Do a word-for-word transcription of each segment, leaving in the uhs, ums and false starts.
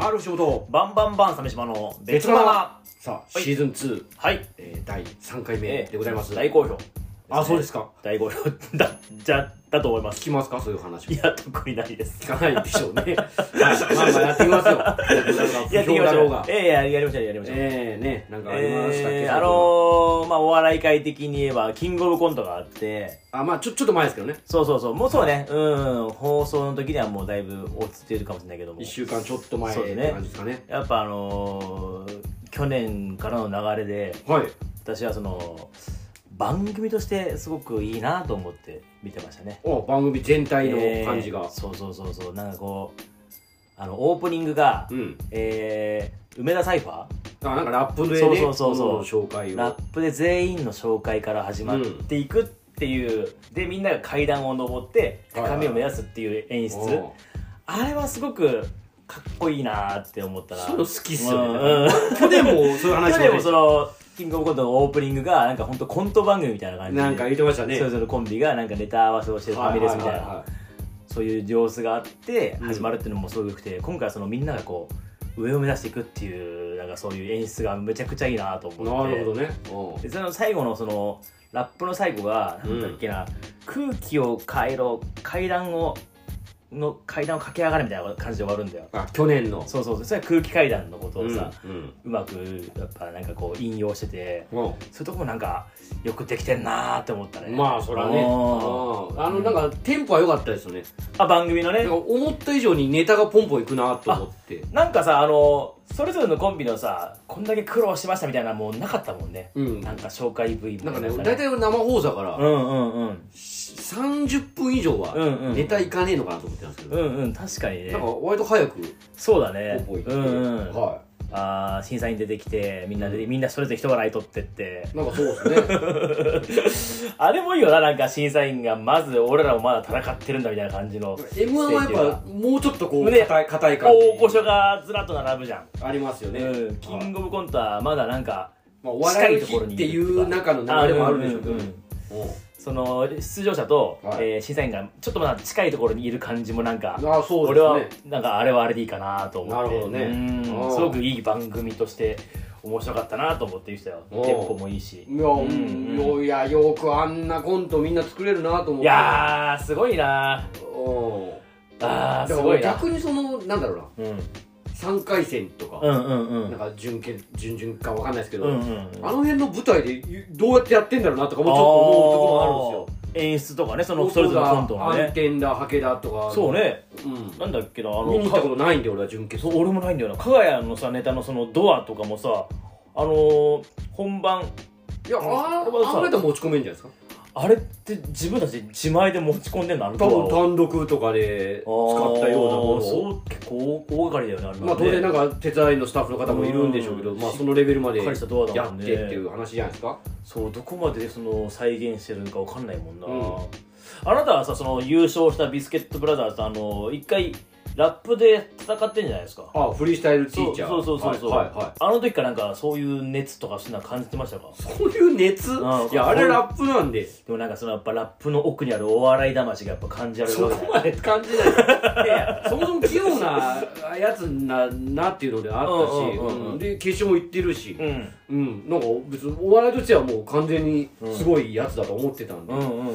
ある仕事バンバンバン鮫島の別ママ。 さあシーズンツー、 はい、 えー、だいさんかいめでございます。 大好評。 あ、そうですか。 大好評だじゃだと思います。 聞きますか、そういう話。 いや、特にないです。 聞かないでしょうね。まあまあやってみますよ。 やってみましょう。ええやりましょうやりましょう。 ええね、なんかありましたっけ。 あのまあお笑い界的に言えばキングオブコントがあって、 あ、まあちょちょっと前ですけどね。 そうそうそう、もうそうね、うん放送の時にはもうだいぶ落ち着いてるかもしれないけども、 いっしゅうかんちょっと前って感じですかね。 やっぱあの去年からの流れで、私はその番組としてすごくいいなと思って見てましたね。 お、番組全体の感じが、 えー、そうそうそうそう、なんかこうあのオープニングが、うん、えー、梅田サイファー、 あ、なんかラップでね、 そうそうそうそう、 紹介をラップで全員の紹介から始まっていくっていう、うん、でみんなが階段を上って高みを目指すっていう演出、はいはい、あれはすごくかっこいいなって思ったら、 そういうの好きっすよね、うん、去年もそういう話去年もそのキングオブコントのオープニングがなんかほんとコント番組みたいな感じで、 なんか言ってましたね、 それぞれコンビがなんかネタ合わせをしてるファミレスみたいな、そういう様子があって始まるっていうのもすごくて、うん、今回はそのみんながこう上を目指していくっていうなんかそういう演出がめちゃくちゃいいなと思って。 なるほどね。 でその最後のそのラップの最後がなんだっけな、うん、空気を変えろ階段をの階段を駆け上がるみたいな感じで終わるんだよ。 あ、去年の。 そうそうそう、それは空気階段のことをさ、うんうん、うまくやっぱなんかこう引用してて、うん、そういうとこもなんかよくできてんなーって思ったね。 まあそれはね、あのなんかテンポは良かったですよね。 あ、番組のね、 思った以上にネタがポンポンいくなと思って。 なんかさ、あのそれぞれのコンビのさ、こんだけ苦労しましたみたいなもうなかったもんね、うん、なんか紹介 ブイもなんかね、大体生放送だからうんうんうんさんじゅっぷん以上はネタいかねえのかなと思ってたんですけど、 うんうん、確かにね、 なんか割と早くそうだね、 ポンポンいって、 うんうん、 はい、 あ、審査員出てきてみんなで、うん、みんなそれぞれ人笑い取ってって、 なんかそうですねあれもいいよな、なんか審査員がまず俺らもまだ戦ってるんだみたいな感じのエムワン はやっぱもうちょっとこう硬い硬い感じ、 大御所がずらっと並ぶじゃん、 ありますよね、 うん、キングオブコントはまだなんか近いところにっていう中の流れもあるでしょうけど、 その出場者と、はい、えー、審査員がちょっとまだ近いところにいる感じもなんか、 あ、そうですね、 俺はなんかあれはあれでいいかなと思って、 なるほどね、 うん、すごくいい番組として面白かったなと思って言ってたよ。テンポもいいし、 いや、うんうん、いや、よくあんなコントみんな作れるなと思って、 いやーすごいな、あーすごいな。 逆にそのなんだろうな、うん、さんかい戦とか、うんうんうん、なんか準決準々かわかんないですけど、うんうんうん、あの辺の舞台でどうやってやってんだろうなとかもちょっと思うところもあるんですよ。 演出とかね、そのそれぞれのコントのね、 暗転だ、ハケだとか、 そうね、うん、なんだっけな、あの見に行ったことないんで俺は準決、 そう、俺もないんだよな。加賀谷のさネタのそのドアとかもさ、あのー、本番、 いや、ああれだ持ち込めんじゃないですか。 あれって自分たち自前で持ち込んでんの、あの多分単独とかで使ったようなもの、 そう結構大掛かりだよね、あれね。 まあ当然なんか手伝いのスタッフの方もいるんでしょうけど、まあそのレベルまでやってっていう話じゃないですか。 そう、どこまでその再現してるのかわかんないもんな、うん、あなたはさ、その優勝したビスケットブラザーズとあの一回ラップで戦ってんじゃないですか。 ああ、フリースタイルティーチャー。 そうそうそうそう、はいはいはい、あの時からなんかそういう熱とかそういうのは感じてましたか。 そういう熱、うん、いや、あれラップなんで。 でもなんかそのやっぱラップの奥にあるお笑い魂がやっぱ感じられるわけそこまで感じないいやいや、そもそも器用なやつななっていうのであったし、で決勝も行ってるし、うん、うん、なんか別にお笑いとしてはもう完全にすごいやつだと思ってたんで、うんうんうんうん、うん、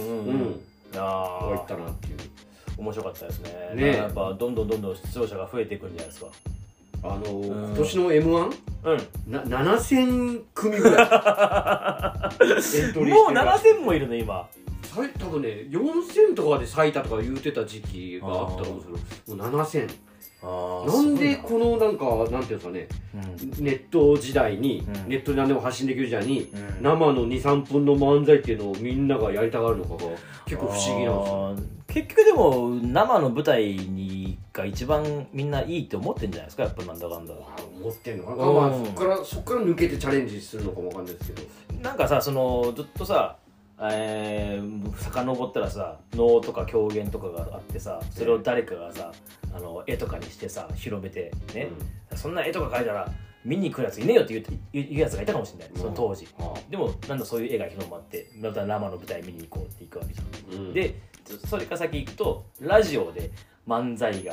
ああ、こういったなっていう。 面白かったですね。ね、やっぱどんどんどんどん出場者が増えていくんじゃないですか。 あのー、うん、今年の エムワン、うん、なななせんくみぐらいエントリーしてる。 もうななせんもいるね今。 多分ねよんせんとかで最多とか言うてた時期があったと思うんですけど、もうななせん。あ、なんでこのなんかなんていうんですかね、うん、ネット時代に、うん、ネットで何でも発信できる時代に、うん、生の にさんぷんの漫才っていうのをみんながやりたがるのかが結構不思議なんですよ。 結局でも生の舞台にが一番みんないいって思ってんじゃないですか、やっぱなんだかんだ。 思ってんのかな、うん、まあそっからそっから抜けてチャレンジするのかもわかんないですけど、 なんかさ、そのずっとさ、えー、遡ったらさ、能とか狂言とかがあってさ、それを誰かがさ、あの絵とかにしてさ広めてね、うん、そんな絵とか描いたら見に来るやついねえよって言う言うやつがいたかもしれない、うん、その当時、うん、でもなんだそういう絵が広まってまた生の舞台見に行こうって行くわけじゃん、うん、でそれから先行くとラジオで漫才が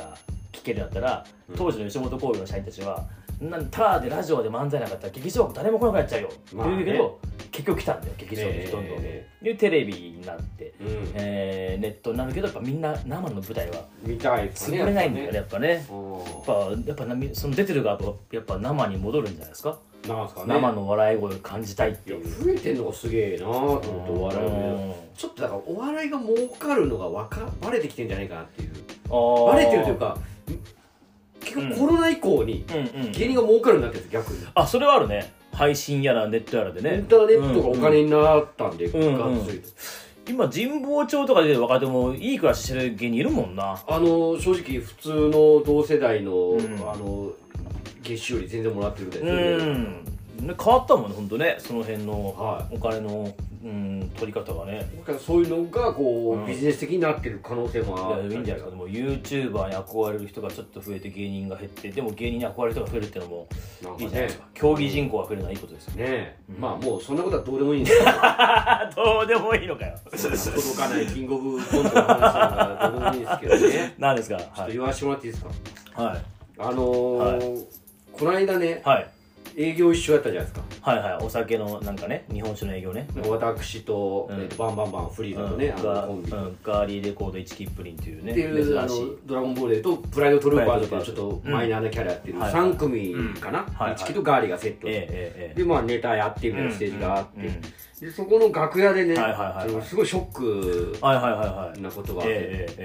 聞けるんだったら、当時の吉本興業の社員たちはなんタダでラジオで漫才なかったら劇場誰も来なくなっちゃうよって言うけど、結局来たんだよ劇場にどんどんで、でテレビになって、えー、ネットになるけどやっぱみんな生の舞台は見たいですね。 潰れないんだよねやっぱね。やっぱやっぱその出てる側とやっぱ生に戻るんじゃないですか。 なんすかね、 生の笑い声を感じたいっていう。 増えてんのがすげえなと思ってお笑いをちょっとだからお笑いが儲かるのがわかバレてきてんじゃないかなっていう。バレてるというか結構コロナ以降に芸人が儲かるようになってるんです逆に。 あ、それはあるね。配信やらネットやらでね。 インターネットがお金になったんで、 うんうん、今神保町とかで若手もいい暮らししてる芸人いるもんな。 あの正直普通の同世代の、うん、あの月収より全然もらってるみたいですよね。 うん、変わったもんね本当ね、その辺のお金の、はい、うん、取り方がね。 だからそういうのがこう、うん、ビジネス的になってる可能性もある。 いやいいんじゃないですか。でも YouTuber に憧れる人がちょっと増えて芸人が減って、でも芸人に憧れる人が増えるっていうのもいいじゃないですか。ね、競技人口が増えるのはいいことですよね。 うん、まあもうそんなことはどうでもいいんですよ。 どうでもいいのかよ。 届かないキングオブコントの話がどうでもいいんですけどね。 何ですか。 ちょっと言わせてもらっていいですか。はい。あのーはい、この間ね。はい。営業一緒やったじゃないですか。 はいはい、お酒のなんかね、日本酒の営業ね。 私と、うん、えー、とバンバンバンフリーザとね、うん、あのコンビ、うん、 ガーリーレコードいちキップリンっていうね、 っていうあのドラゴンボールでとプライドトルーパーズっていうちょっとマイナーなキャラやってるさん組かな、いちきとガーリーがセットで、えー、でまあネタやってみたいなステージがあって、うんうんうん、でそこの楽屋でね、すごいショックなことがあって、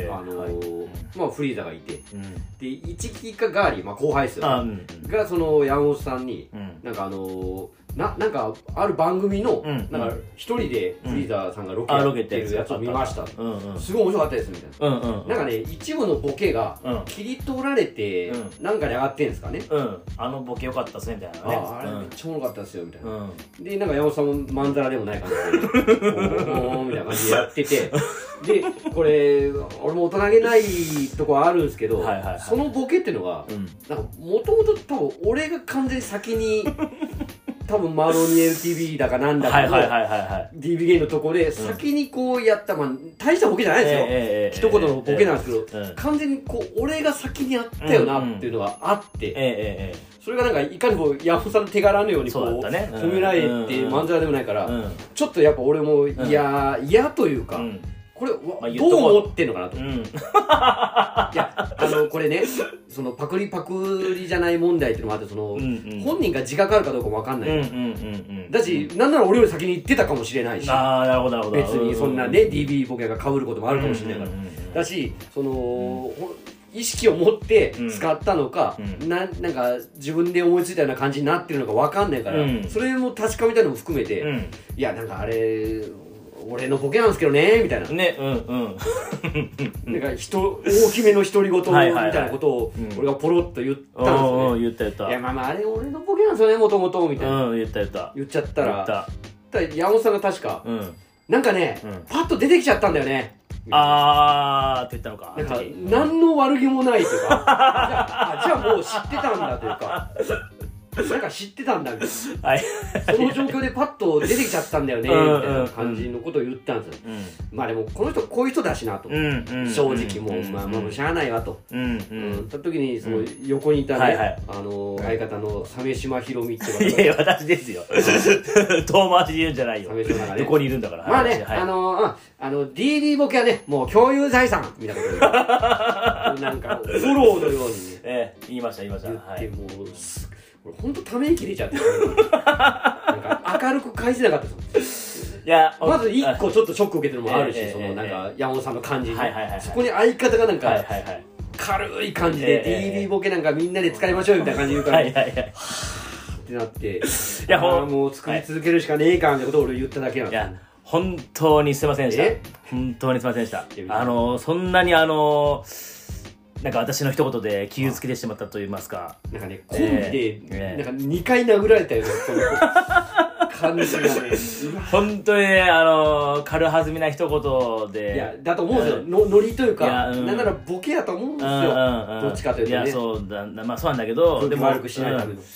あのー、まあフリーザがいて、うん、でいちきかガーリー、まあ後輩ですよ、ね、うん、がその山本さんに、うん、なんかあのーな, なんかある番組の一人でフリーザーさんがロケやってるやつを見ました、うんうん、すごい面白かったですみたいな、うんうんうん、なんかね一部のボケが切り取られて、うん、なんかに上がってんですかね、うん、 あのボケ良かったっすねみたいなね、 ああれめっちゃおもろかったですよみたいな、うん、でなんか山本さんもまんざらでもない感じでおーみたいな感じでやっててでこれ俺も大人げないとこはあるんですけど、はいはいはい、そのボケっていうのが、うん、なんかもともと多分俺が完全に先に多分マロニ エルティービー だかなんだかの ディービー ゲーのとこで先にこうやった、まあ大したボケじゃないですよ、えー、一言のボケなんですけど、えーえー、完全にこう俺が先にやったよなっていうのがあって、うんうんえー、それがなんかいかにこう山本さんの手柄のようにこう褒められてまんざらでもないから、うん、ちょっとやっぱ俺も嫌、うん、嫌というか、うんこれ、まあ、どう思ってんのかなと、うん、いやあのこれねそのパクリパクリじゃない問題っていうのもあってその、うんうん、本人が自覚あるかどうかも分かんない、うんうんうんうん、だし、うん、なんなら俺より先に言ってたかもしれないし、 あーなるほどなるほど、 別にそんなね、うんうん、ディービー ボケが被ることもあるかもしれないから、うんうんうん、だしその、うん、意識を持って使ったのか、うん、な, なんか自分で思いついたような感じになってるのか分かんないから、うん、それも確かめたいのも含めて、うん、いやなんかあれ俺のボケなんですけどねみたいなね、うんうんなんか人大きめの独り言みたいなことを俺がポロッと言ったんですよね。 言った言った。 いやまあまああれ俺のボケなんですよねもともとみたいな、 うん、言った言った言っちゃったらただ山本さんが確か、うん、なんかね、うん、パッと出てきちゃったんだよねあーって言ったのか。 なんか何の悪気もないというかじゃあ、じゃあもう知ってたんだというかなんか知ってたんだみたいな、はい、その状況でパッと出てきちゃったんだよねみたいな感じのことを言ったんですよ、うん、まあでもこの人こういう人だしなと、うん、正直もう、うん、まあまあしゃあないわと、うんうん、った時にその横にいたね、はいはい、あの相方の鮫島ひろみっていやいや私ですよ遠回しで言うんじゃないよ、ね、横にいるんだからまあね、はい、あのー、あの ディービー ボケはねもう共有財産みたいなことでなんかフォローのようにね、 ええ、言いました言いました言って、はい、もう俺ほんとため息出ちゃってなんか明るく返せなかったですいやまず一個ちょっとショック受けてるのもあるし、えー、そのなんか山本さんの感じに、はいはいはいはい、そこに相方がなんか、はいはいはい、軽い感じで、えー、ディービー ボケなんかみんなで使いましょうみたいな感じで言うから、はいはいはい、はぁってなっていやほもう作り続けるしかねえかみたいなことを俺言っただけなんですよ、ね、 本当にすいませんでした本当にすいませんでしたあのそんなにあのなんか私の一言で傷つけてしまったと言いますかなんかねコンビで、えー、なんかにかい殴られたような感じがね本当にねあの軽はずみな一言でいやだと思うんですよ、うん、のノリというか、うん、なんならボケやと思うんですよ、うんうんうん、どっちかというとねいやそうだまあそうなんだけどでも悪くしないための、うん、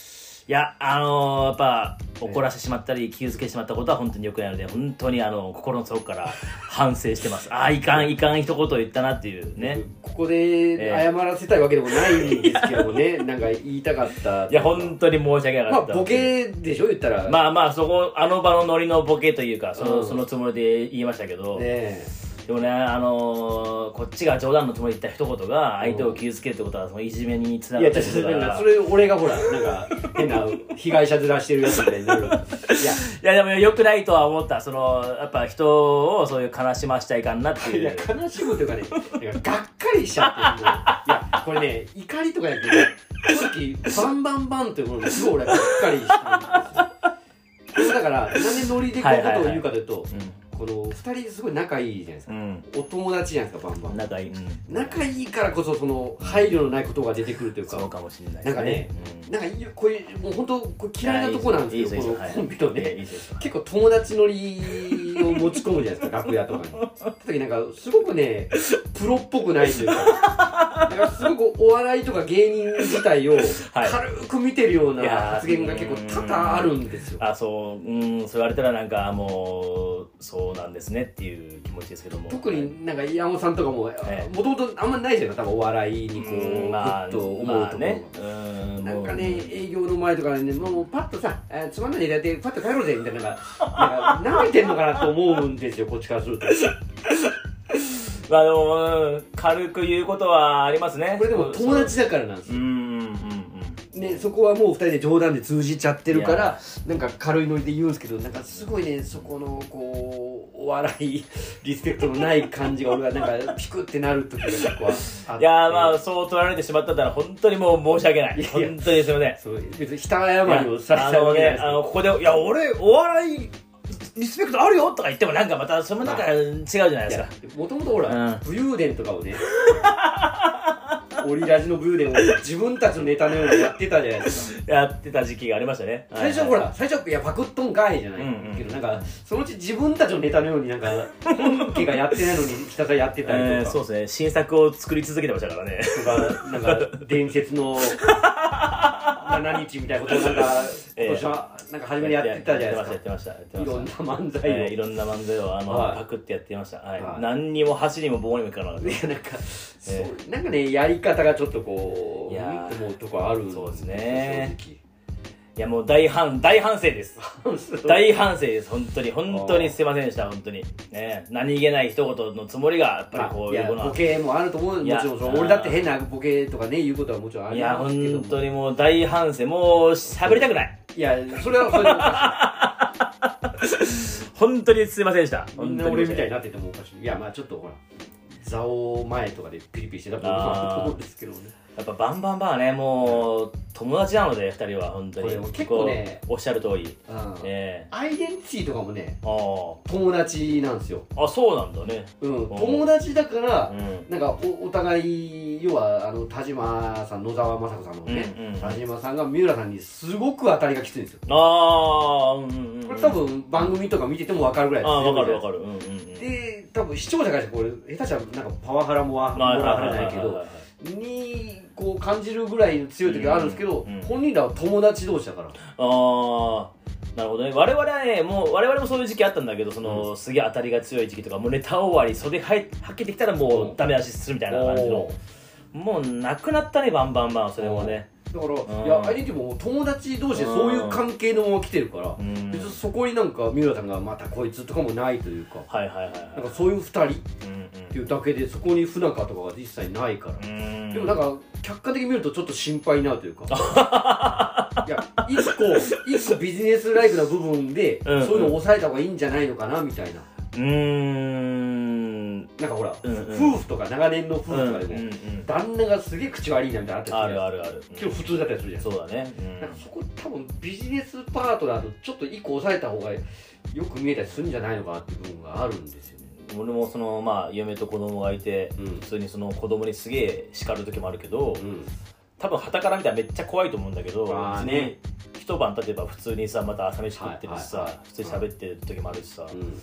いやあのー、やっぱ怒らせてしまったり傷つけてしまったことは本当に良くないので本当にあの心の底から反省してますああいかんいかん一言言ったなっていうねここで謝らせたいわけでもないんですけどもね、なんか言いたかったいや本当に申し訳なかった、 まあボケでしょ言ったらまあまあそこあの場のノリのボケというかその、うん、そのつもりで言いましたけど、ねでもね、あのー、こっちが冗談のつもりで言った一言が相手を傷つけるってことはそのいじめにつながってるから。いや、 それ俺がほら、なんか変な被害者面してるやつみたいになる。いや、いやでも良くないとは思った。そのやっぱ人をそういう悲しましちゃいかんなっていう。 いや、悲しむというかね、なんかがっかりしちゃってる。いや、これね、怒りとかやってね、正直バンバンバンというものにすごい俺はがっかりしてるんですよ。だから、なんでノリでこういうことを言うかというと、このふたりすごい仲いいじゃないですか、うん、お友達じゃないですかバンバン仲いい、うん、 仲いいからこそその配慮のないことが出てくるというかそうかもしれないですねなんかね、うん、なんかこういうもう本当これ嫌いなとこなんですけどこのコンビのね結構友達乗りを持ち込むじゃないですか楽屋とかに時なんかすごくねプロっぽくないというかなんかすごくお笑いとか芸人自体を軽く見てるような発言が結構多々あるんですよ、 はい、あそううんそう言われたらなんかもうそうそうなんですねっていう気持ちですけども特になんか山本さんとかももともとあんまないじゃん多分お笑いにこうグッと思うところが、まあね、うんなんかね営業の前とかねもうパッとさつまんないネタやってパッと帰ろうぜみたいななんか舐めてんのかなと思うんですよこっちからするとまあでも軽く言うことはありますねこれでも友達だからなんですよね、そこはもうふたりで冗談で通じちゃってるからなんか軽いノリで言うんですけどなんかすごいねそこのこうお笑いリスペクトのない感じが俺がなんかピクってなる時が結構あっていやまあそう取られてしまったら本当にもう申し訳ないいやいや本当にすいませんそう別に下謝りをさせたわけじゃないですかあのねあのここでいや俺お笑いリスペクトあるよとか言ってもなんかまたそのなんか違うじゃないですかもともとほら、うん、武勇伝とかをねオリラジの武勇伝を自分たちのネタのようにやってたじゃないですかやってた時期がありましたね最初ほら最初いやパクっとんかいじゃない、うんうん、けどなんかそのうち自分たちのネタのようになんか本家がやってないのにひたすらやってたりとか、えー、 そうですね新作を作り続けてましたからねとかなんか伝説のしちにちみたいなことをなんか今年はなんか初めにやってたじゃないですかやってましたやってましたいろんな漫才を、 えー、いろんな漫才をあの、はい、パクってやってました、はいはい、何にも箸にも棒にもいかなかったいやなんか、えー、なんかねやり方がちょっとこういや思うとこあるんですそうですねいやもう大反大反省です大反省です本当に本当にすいませんでした本当にね何気ない一言のつもりがやっぱりこういうものボケもあると思うもちろん俺だって変なボケとかね言うことはもちろんありますけどいや本当にもう大反省もう喋りたくないいやそれはそれでおかしい本当にすいませんでしたみんな俺みたいになっててもおかしいいやまあちょっとほら座王前とかでピリピリしてたと思うんですけどねやっぱバンバンバンはねもう友達なのでふたりは本当に結構ねおっしゃる通り、 うんえー、アイデンティティとかもねあ友達なんですよあそうなんだね、 うん、友達だから、うん、なんか お, お互い要はあの田島さん野沢雅子さんのね、うんうんうん、田島さんが三浦さんにすごく当たりがきついんですよああ、うんうんうん、 これ多分番組とか見てても分かるぐらいですあ分かる分かる、うんうんうん、 で多分視聴者からしてこれ下手したらなんかパワハラももらわれないけどにこう感じるぐらい強い時があるんですけど、うんうん、本人らは友達同士だからああなるほどね我々はねもう我々もそういう時期あったんだけどその、うん、すげえ当たりが強い時期とかもうネタ終わり袖はっけてきたらもうダメ出しするみたいな感じのもうなくなったねバンバンバンそれもねだから、うん、いやアイデンティティも友達同士でそういう関係のまま来てるから、うん、別にそこになんか三浦さんがまたこいつとかもないというか、 はいはいはいはい、なんかそういうふたりっていうだけでそこに不仲とかが実際ないから、うん、でもなんか客観的に見るとちょっと心配になるというかいや一個一個ビジネスライクな部分でそういうのを抑えた方がいいんじゃないのかなみたいなうーんなんかほら、うんうん、夫婦とか長年の夫婦とかでも、うんうんうん、旦那がすげえ口悪いなみたいなのあったりするあるあるある今日普通だったりするじゃんそうだね、うん、 なんかそこ多分ビジネスパートナーとちょっと一個抑えた方がよく見えたりするんじゃないのかなっていう部分があるんですよね俺もそのまあ嫁と子供がいて、うん、普通にその子供にすげえ叱る時もあるけど、うん、多分傍から見たらめっちゃ怖いと思うんだけど、別に一晩経てば普通にさまた朝飯食ってるしさ、はいはいはい、普通に喋ってる時もあるしさ、うん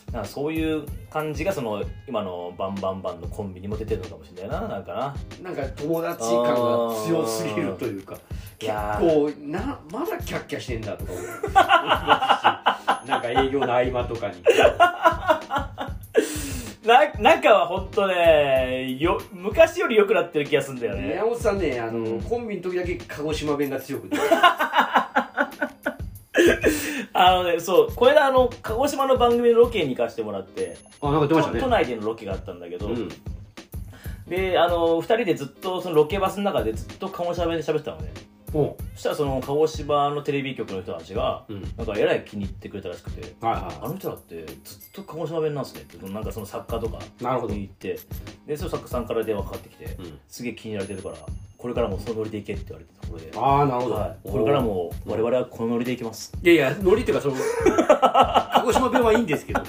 なんかそういう感じがその今のバンバンバンのコンビにも出てるのかもしれないな。なんかな、 なんか友達感が強すぎるというか、結構なまだキャッキャしてんだとか思いますし、なんか営業の合間とかにな中は本当ねよ昔より良くなってる気がするんだよね。 山本さんね、あの、うん、コンビの時だけ鹿児島弁が強くてあのね、そう、これであの鹿児島の番組のロケに行かせてもらって、 あ、なんか出ましたね。 都内でのロケがあったんだけど、 うん、 で、あのふたりでずっとそのロケバスの中でずっと鹿児島弁で喋ってたのね。そしたらその鹿児島のテレビ局の人たちが、うん、なんかえらい気に入ってくれたらしくて、はいはい、あの人だってずっと鹿児島弁なんすねってなんかその作家とかに言って、でその作家さんから電話かかってきて、うん、すげえ気に入られてるからこれからもそのノリでいけって言われてたところで、 ああなるほど、 はい、これからも我々はこのノリでいきます。 いやいやノリっていうかその鹿児島弁はいいんですけど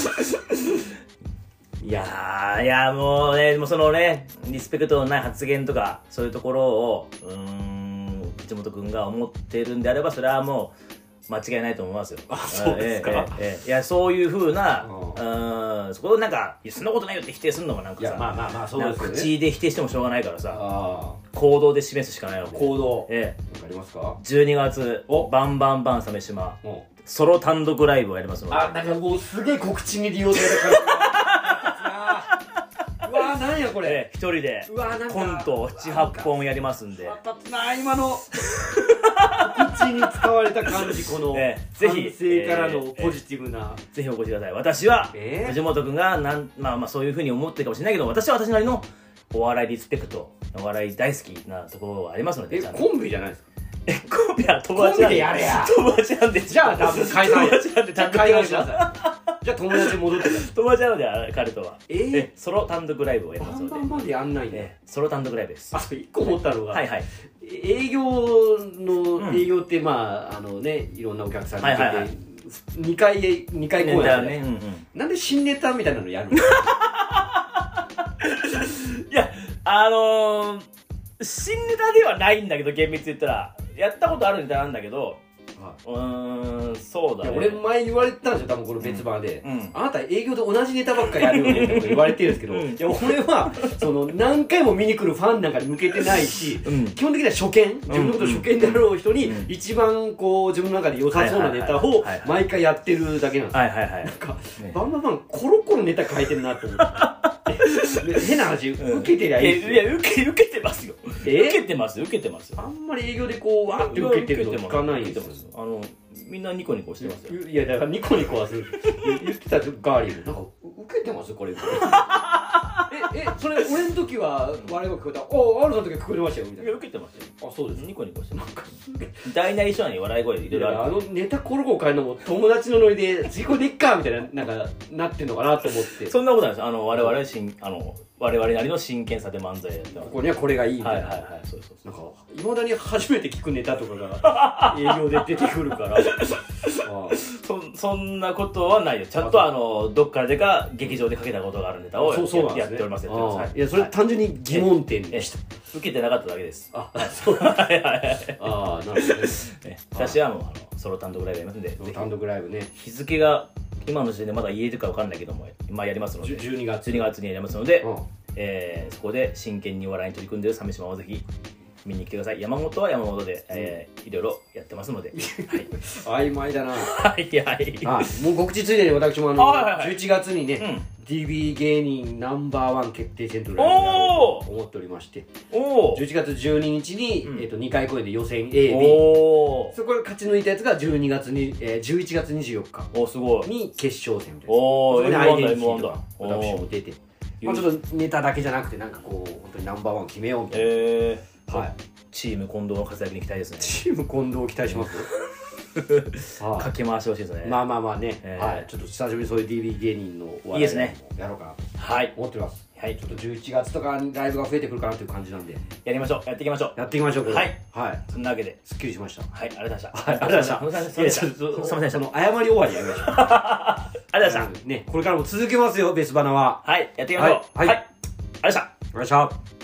いやーいやもうねもうそのねリスペクトのない発言とかそういうところをうーん藤本君が思ってるんであればそれはもう間違いないと思いますよ。 あ、そうですか。 えーえーえー、いやそういう風なうんそこをなんかいやそんなことないよって否定するのもなんかさ、 まあまあまあそうですよね、 口で否定してもしょうがないからさ行動で示すしかないわけ。 行動、 えー、 わかりますか。 じゅうにがつバンバンバン鮫島ソロ単独ライブをやりますので、 あ、なんかもうすげえ告知に利用された感じうわーなんやこれ、 一人でコントをななはっぽんやりますんで、 腹立つな今の告知に使われた感じ、このぜひ反省からのポジティブな、 ぜひお越しください。私は藤本君がなんまあまあそういうふうに思ってるかもしれないけど、私は私なりのお笑いリスペクト、お笑い大好きなところはありますので。 え、コンビじゃないですか。 え、コンビは友達なんでやれや友達なんで、 じゃあ多分解散、 友達なんでちゃんと解散してください。じゃあ友達戻ってください。 友達なので彼とは、 えー、 ソロ単独ライブをやりますので。 バンバンバンでやんないんで、 えー、ソロ単独ライブです。 あ、そういっこ思ったのが、 はいはい、 営業の、営業ってまああのねいろんなお客さんに向けて、はいはいはい、にかいにかい公演なんで、ね、うんうん、なんで新ネタみたいなのやるのいやあのー、新ネタではないんだけど、厳密に言ったらやったことあるネタなんだけど、うーん、そうだね。 俺前言われてたんですよ、多分この別番で、うんうん、あなた営業で同じネタばっかりやるよねってこと言われてるんですけど、うん、いや俺はその何回も見に来るファンなんかに向けてないし、うん、基本的には初見、自分のこと初見であろう人に一番こう自分の中で良さそうなネタを毎回やってるだけなんですよ。はいはいはい、なんか、ね、バンバンバンコロコロネタ変えてるなと思って変な話、受けてりゃいいですよ。 いや、受け、受けてますよ。受けてます受けてますよ。 あんまり営業でこうわーって受けてるの聞かないんですよ。 あのみんなニコニコしてますよ。 いやだからニコニコはする。言ってたガーリーなんか受けてますこれ。ええそれ俺の時は我々が聞こえた。おあるの時は聞こえましたよみたいな。 受けてますよ。 あそうです。 ニコニコしてます。大なり小なり笑い声で入れられる。あのネタコロコロ変えるのも友達のノリで次これでいっかみたいななんかなってんのかなと思って。 そんなことないです。あの我々しんあの我々なりの真剣さで漫才やってます。 ここにはこれがいいみたいな。はいはいはい。そうそうそう。なんかいまだに初めて聞くネタとかが営業で出てくるから。あそ, そんなことはないよ。ちゃんとあのどっからでか劇場でかけたことがあるネタを や, そうそう、ね、やっております。 はい、いやそれ単純に疑問点でした。 受けてなかっただけです。 あ、そう。はいはいはい。ああなるほどね。 私はもうあのソロ単独ライブやりますんで。 ソロ単独ライブね。 日付が今の時点でまだ言えるかわかんないけども、今やりますので。 じゅうにがつじゅうにがつにやりますので、うん、えー、そこで真剣にお笑いに取り組んでいる鮫島をぜひ見に来てください。山本は山本で、えー、いろいろやってますので、 はい、曖昧だな。 はいはい。 あ、もう告知ついでに私もあの、はいはいはい、じゅういちがつにね、うん、ティービー 芸人ナンバーワン決定戦というのを思っておりまして、おじゅういちがつじゅうににちに、うん、えー、とにかい公演で予選 エービー、そこで勝ち抜いたやつがじゅうにがつに、えー、じゅういちがつにじゅうよっかに決勝戦みたいな。おー、そこにアイデンティティとか私も出て、まあ、ちょっとネタだけじゃなくてなんかこう本当にナンバーワン決めようみたいな、えー、はい、 チーム近藤の活躍に期待ですね。 チーム近藤を期待しますかけ回してほしいですね。 まあまあまあね、えー、はい、ちょっと久しぶりにそういう ディービー 芸人のお笑いをやろうかなと思っております。はい、ちょっとじゅういちがつとかライブが増えてくるかなという感じなんでやりましょう。やっていきましょう。 やっていきましょう。これはいはい。 そんなわけでスッキリしました。 はい、ありがとうございました。 はい、ありがとうございました。 すみません。すみません。 その謝り終わりやめましょう。 ありがとうございました。 ね、これからも続けますよ、ベスバナは。 はい、やっていきましょう。はい、ありがとうございました。 ありがとうございました。